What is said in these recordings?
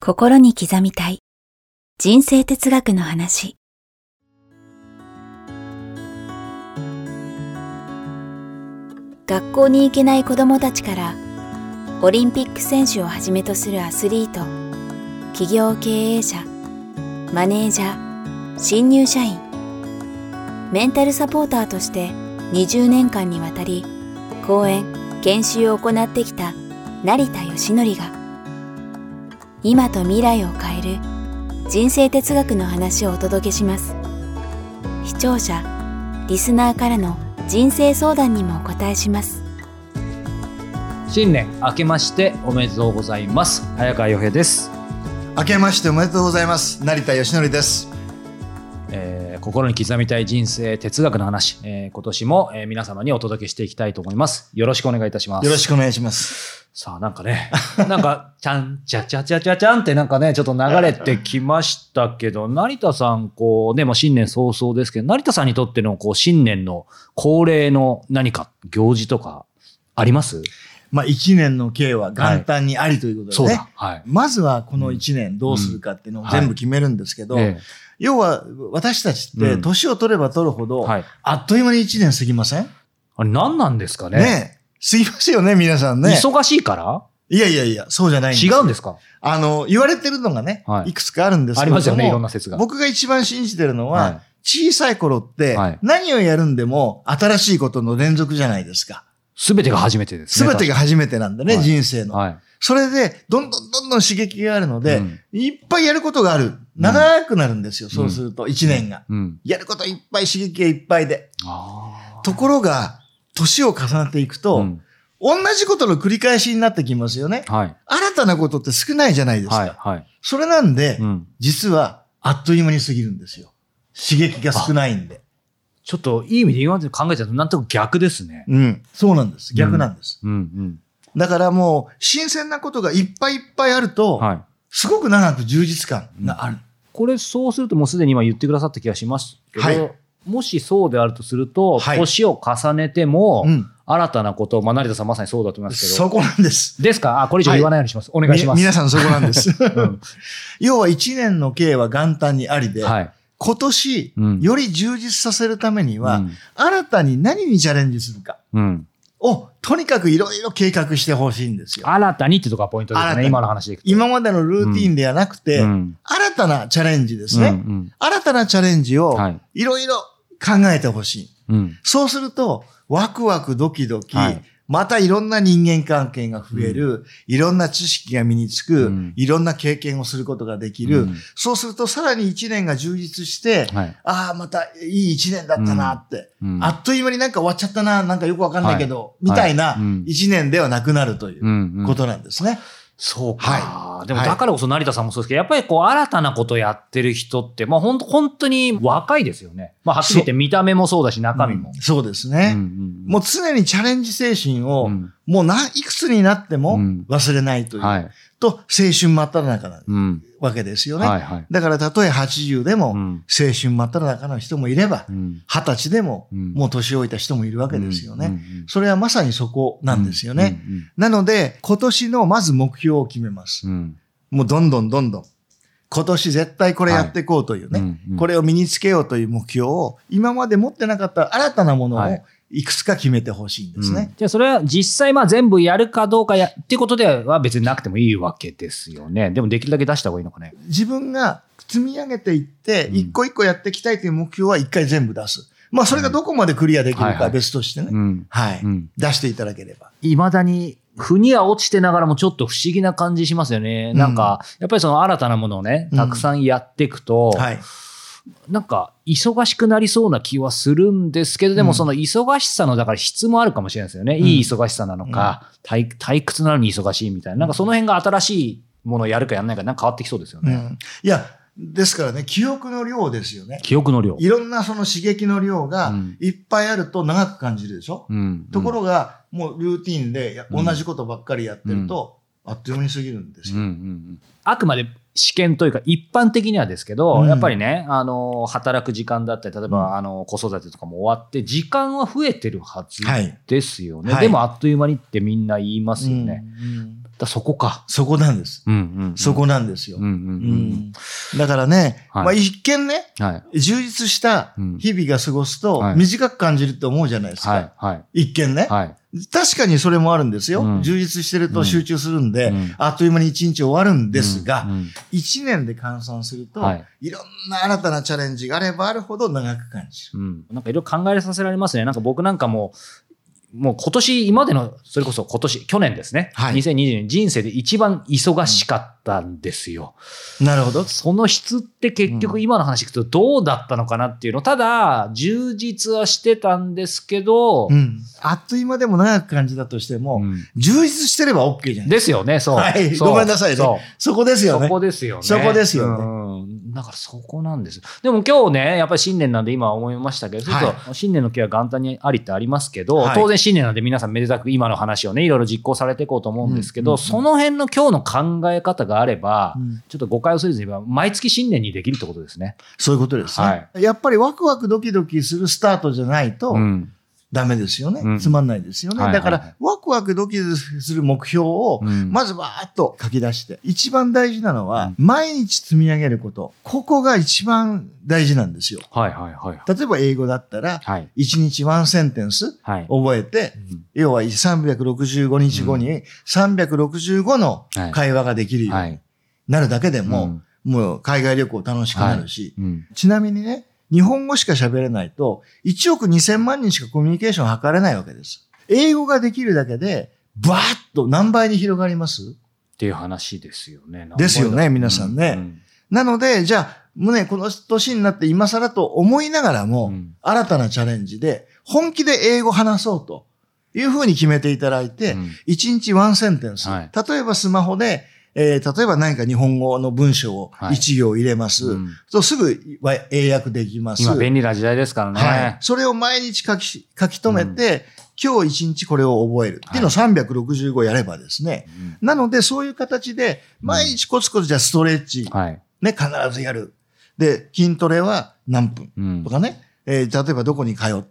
心に刻みたい人生哲学の話。学校に行けない子どもたちからオリンピック選手をはじめとするアスリート、企業経営者、マネージャー、新入社員、メンタルサポーターとして20年間にわたり講演・研修を行ってきた成田義則が今と未来を変える人生哲学の話をお届けします。視聴者・リスナーからの人生相談にもお答えします。 新年明けましておめでとうございます。早川洋平です。 明けましておめでとうございます。成田義則です。 心に刻みたい人生哲学の話、今年も、皆様にお届けしていきたいと思います。よろしくお願いいたします。 よろしくお願いします。 さあなんかねなんかちゃんちゃちゃちゃちゃちゃんってなんかねちょっと流れてきましたけど、成田さんこうね、もう新年早々ですけど、成田さんにとってのこう新年の恒例の何か行事とかあります？ 一年の計は元旦にありということでね、まずはこの一年どうするかっていうのを全部決めるんですけど、要は私たちって年を取れば取るほど、あっという間に一年過ぎません？ あれ何なんですかね。 ねえ、過ぎますよね、皆さんね。 忙しいから？ いや、そうじゃないんです。 違うんですか？ 言われてるのがね、いくつかあるんですけども、 ありますよね、いろんな説が。 僕が一番信じてるのは、小さい頃って何をやるんでも新しいことの連続じゃないですか。 すべてが初めてですね。 すべてが初めてなんだね、人生の。それで、どんどん刺激があるので、いっぱいやることがある。長くなるんですよ、そうすると、一年が。やることいっぱい、刺激がいっぱいで。ところが、年を重ねていくと、同じことの繰り返しになってきますよね。新たなことって少ないじゃないですか。それなんで、実は、あっという間に過ぎるんですよ。刺激が少ないんで。 ちょっといい意味で今まで考えちゃうとなんとなく逆ですね。 そうなんです。逆なんです。だからもう新鮮なことがいっぱいいっぱいあると、すごく長く充実感がある。 これそうするともうすでに今言ってくださった気がしますけど、もしそうであるとすると、年を重ねても新たなことを、成田さんまさにそうだと思いますけど。 そこなんです。 ですか？これ以上言わないようにします。お願いします。 皆さんそこなんです。要は一年の計は元旦にありで、今年、より充実させるためには、新たに何にチャレンジするかを、とにかくいろいろ計画してほしいんですよ。 新たにってとこがポイントですね、今の話でいくと。 今までのルーティンではなくて、新たなチャレンジですね。新たなチャレンジをいろいろ考えてほしい。そうすると、ワクワクドキドキ、またいろんな人間関係が増える、いろんな知識が身につく、いろんな経験をすることができる。そうするとさらに一年が充実して、またいい一年だったなって、あっという間になんか終わっちゃったな、なんかよくわかんないけど、みたいな一年ではなくなるということなんですね。 そうか。でもだからこそ成田さんもそうですけど、やっぱりこう新たなことをやってる人って、本当に若いですよね。はっきり言って見た目もそうだし中身も。 そうですね。もう常にチャレンジ精神を、もういくつになっても忘れないという。と、青春真っ只中なわけですよね。だからたとえ80でも、青春真っ只中の人もいれば、20歳でも、もう年老いた人もいるわけですよね。それはまさにそこなんですよね。なので、今年のまず目標を決めます。もうどんどん。今年絶対これやっていこうというね、これを身につけようという目標を、今まで持ってなかった新たなものを、いくつか決めてほしいんですね。 じゃあそれは実際全部やるかどうかっていうことでは別になくてもいいわけですよね。でもできるだけ出した方がいいのかね。 自分が積み上げていって、一個一個やっていきたいという目標は一回全部出す。それがどこまでクリアできるかは別としてね。出していただければ。 未だに腑には落ちてながらもちょっと不思議な感じしますよね。なんか、やっぱりその新たなものをね、たくさんやっていくと、なんか忙しくなりそうな気はするんですけど、でもその忙しさのだから質もあるかもしれないですよね。いい忙しさなのか、退屈なのに忙しいみたいな。なんかその辺が新しいものをやるかやらないかなんか変わってきそうですよね。 いや、ですからね、記憶の量ですよね。 記憶の量。 いろんなその刺激の量がいっぱいあると長く感じるでしょ。ところが、もうルーティンで同じことばっかりやってると、あっという間に過ぎるんですよ。 あくまで試験というか一般的にはですけど、やっぱりね、働く時間だったり、例えば、子育てとかも終わって、時間は増えてるはずですよね。でもあっという間にってみんな言いますよね。 そこか。 そこなんです。そこなんですよ。だからね、まあ一見ね、充実した日々が過ごすと短く感じるって思うじゃないですか。一見ね。確かにそれもあるんですよ。充実してると集中するんで、あっという間に一日終わるんですが、一年で換算すると、いろんな新たなチャレンジがあればあるほど長く感じる。 なんかいろいろ考えさせられますね。なんか僕なんかもう今年、今までの、それこそ去年ですね。2020年、人生で一番忙しかったんですよ。 なるほど。 その質って結局今の話聞くとどうだったのかなっていうの。ただ、充実はしてたんですけど、 あっという間でも長く感じたとしても、充実してれば OK じゃないですよね、そう。 ごめんなさいね。そこですよね。 そこですよね。 そこですよね。 だからそこなんです。でも今日ね、やっぱり新年なんで今思いましたけど、ちょっと新年の気は元旦にありってありますけど、当然新年なんで皆さんめでたく今の話をね、いろいろ実行されていこうと思うんですけど、その辺の今日の考え方があれば、ちょっと誤解をするずに言えば、毎月新年にできるってことですね。 そういうことですね。やっぱりワクワクドキドキするスタートじゃないと、ダメですよね。つまんないですよね。だから、ワクワクドキドキする目標を、まずわーっと書き出して、一番大事なのは、毎日積み上げること。ここが一番大事なんですよ。例えば英語だったら、1日1センテンス覚えて、要は365日後に365の会話ができるようになるだけでも、もう海外旅行楽しくなるし、ちなみにね、日本語しか喋れないと、1億2000万人しかコミュニケーションを図れないわけです。英語ができるだけで、バーッと何倍に広がりますっていう話ですよね。 ですよね、皆さんね。なので、じゃあ、もうね、この年になって今更と思いながらも、新たなチャレンジで、本気で英語を話そうというふうに決めていただいて、1日1センテンス。例えばスマホで、例えば何か日本語の文章を1行入れます。そうすぐ英訳できます。 今便利な時代ですからね。 それを毎日書き留めて、今日1日これを覚えるっていうのを365やればですね。なのでそういう形で毎日コツコツじゃストレッチ、ね、必ずやる。で、筋トレは何分とかね。例えばどこに通って、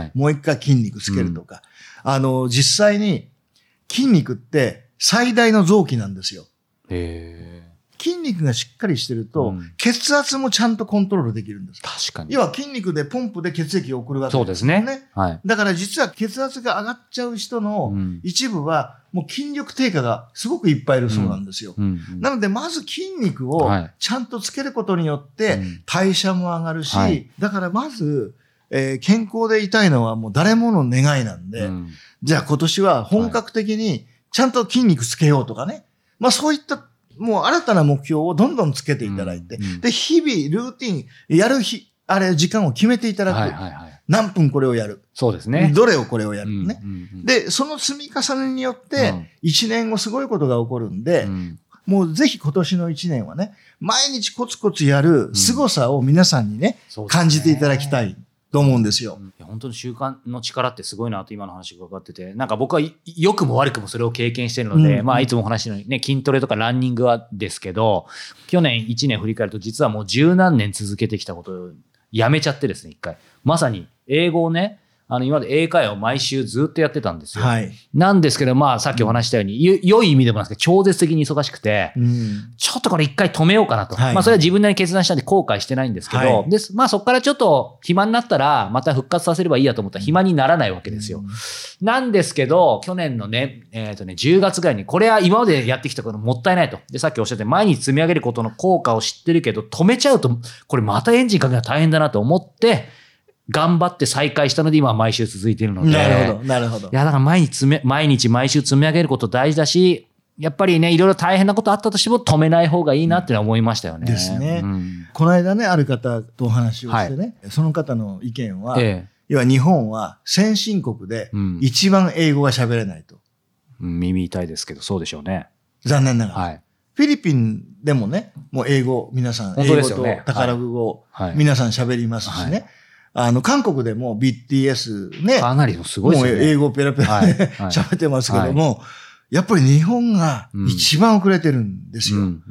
もう一回筋肉つけるとか。実際に筋肉って最大の臓器なんですよ。筋肉がしっかりしてると、血圧もちゃんとコントロールできるんです。 確かに。 要は筋肉でポンプで血液を送るわけですね。そうですね。だから実は血圧が上がっちゃう人の一部は、もう筋力低下がすごくいっぱいいるそうなんですよ。なので、まず筋肉をちゃんとつけることによって、代謝も上がるし、だからまず、健康でいたいのはもう誰もの願いなんで、じゃあ今年は本格的にちゃんと筋肉つけようとかね。まあそういったもう新たな目標をどんどんつけていただいて、で、日々ルーティン、やる時間を決めていただく。何分これをやる。 そうですね。 どれをこれをやるね。で、その積み重ねによって、1年後すごいことが起こるんで、もうぜひ今年の1年はね、毎日コツコツやる凄さを皆さんにね、感じていただきたい。と思うんですよ。 本当に習慣の力ってすごいなと今の話が伺ってて、なんか僕は良くも悪くもそれを経験しているので、まあいつもお話のようにね、筋トレとかランニングはですけど、去年1年振り返ると実はもう十何年続けてきたことをやめちゃってですね、一回。まさに英語をね、今まで英会話を毎週ずっとやってたんですよ。なんですけど、まあさっきお話したように、良い意味でもなんですけど、超絶的に忙しくて、ちょっとこれ一回止めようかなと。まあそれは自分なりに決断したんで後悔してないんですけど、まあそこからちょっと暇になったら、また復活させればいいやと思ったら暇にならないわけですよ。なんですけど、去年のね、10月ぐらいに、これは今までやってきたこともったいないと。で、さっきおっしゃって毎日積み上げることの効果を知ってるけど、止めちゃうと、これまたエンジンかけるの大変だなと思って、頑張って再開したので今は毎週続いているので。 なるほど、なるほど。 いや、だから毎週積み上げること大事だし、やっぱりね、いろいろ大変なことあったとしても止めない方がいいなって思いましたよね。 ですね。この間ね、ある方とお話をしてね、その方の意見は、要は日本は先進国で一番英語が喋れないと。 耳痛いですけど、そうでしょうね。 残念ながら。フィリピンでもね、もう英語、皆さん、英語と宝語、皆さん喋りますしね。韓国でも BTS ね。 かなりすごいですね。 もう英語ペラペラで喋ってますけども、やっぱり日本が一番遅れてるんですよ。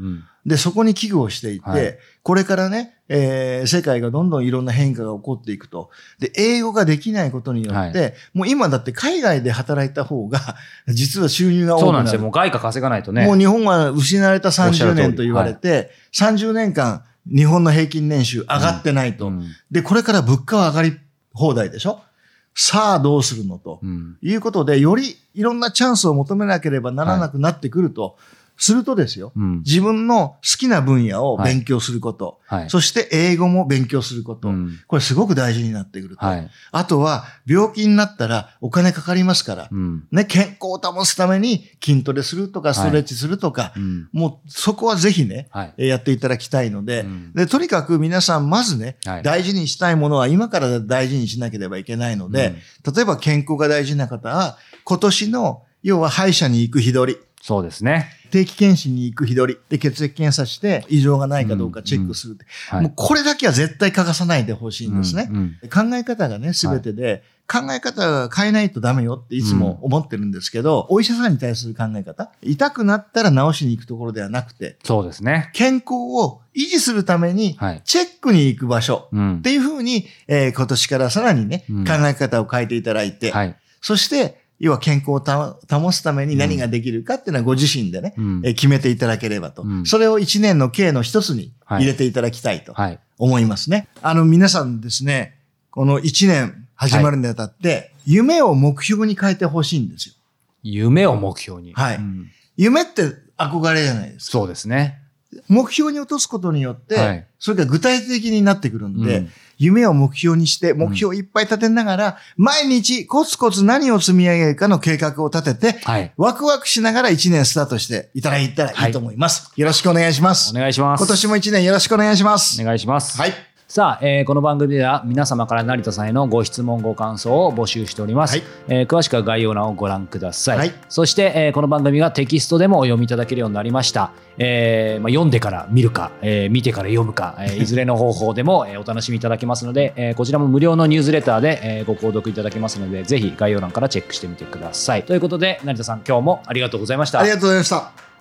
で、そこに危惧をしていて、はい、これからね、世界がどんどんいろんな変化が起こっていくと。で、英語ができないことによって、はい、もう今だって海外で働いた方が、実は収入が多くなる。 そうなんですよ。もう外貨稼がないとね。 もう日本は失われた30年と言われて、はい、30年間、日本の平均年収上がってないと。で、これから物価は上がり放題でしょ。さあどうするのと、いうことで、よりいろんなチャンスを求めなければならなくなってくると。するとですよ、自分の好きな分野を勉強すること、そして英語も勉強すること、これすごく大事になってくると。あとは、病気になったらお金かかりますから、ね、健康を保つために筋トレするとかストレッチするとか、もうそこはぜひね、やっていただきたいので、で、とにかく皆さんまずね、大事にしたいものは今から大事にしなければいけないので、例えば健康が大事な方は、今年の要は歯医者に行く日取り。 そうですね。 定期検診に行く日取りで血液検査して異常がないかどうかチェックする。もうこれだけは絶対欠かさないでほしいんですね。考え方がね、すべてで、考え方変えないとダメよっていつも思ってるんですけど、お医者さんに対する考え方、痛くなったら治しに行くところではなくて、 そうですね。 健康を維持するためにチェックに行く場所っていうふうに、今年からさらにね、考え方を変えていただいて、そして要は健康を保つために何ができるかっていうのはご自身でね、決めていただければと。それを1年の計の一つに入れていただきたいと思いますね。皆さんですね、この1年始まるにあたって、夢を目標に変えてほしいんですよ。 夢を目標に。 はい。夢って憧れじゃないですか。 そうですね。 目標に落とすことによって、それが具体的になってくるんで、夢を目標にして、目標をいっぱい立てながら、毎日コツコツ何を積み上げるかの計画を立てて、ワクワクしながら1年スタートしていただいたらいいと思います。よろしくお願いします。 お願いします。 今年も1年よろしくお願いします。 お願いします。 はい。 さあ、この番組では皆様から成田さんへのご質問ご感想を募集しております、詳しくは概要欄をご覧ください、そして、この番組がテキストでもお読みいただけるようになりました、読んでから見るか、見てから読むか、いずれの方法でも、お楽しみいただけますので、こちらも無料のニュースレターで、ご購読いただけますのでぜひ概要欄からチェックしてみてください。ということで成田さん、今日もありがとうございました。 ありがとうございました。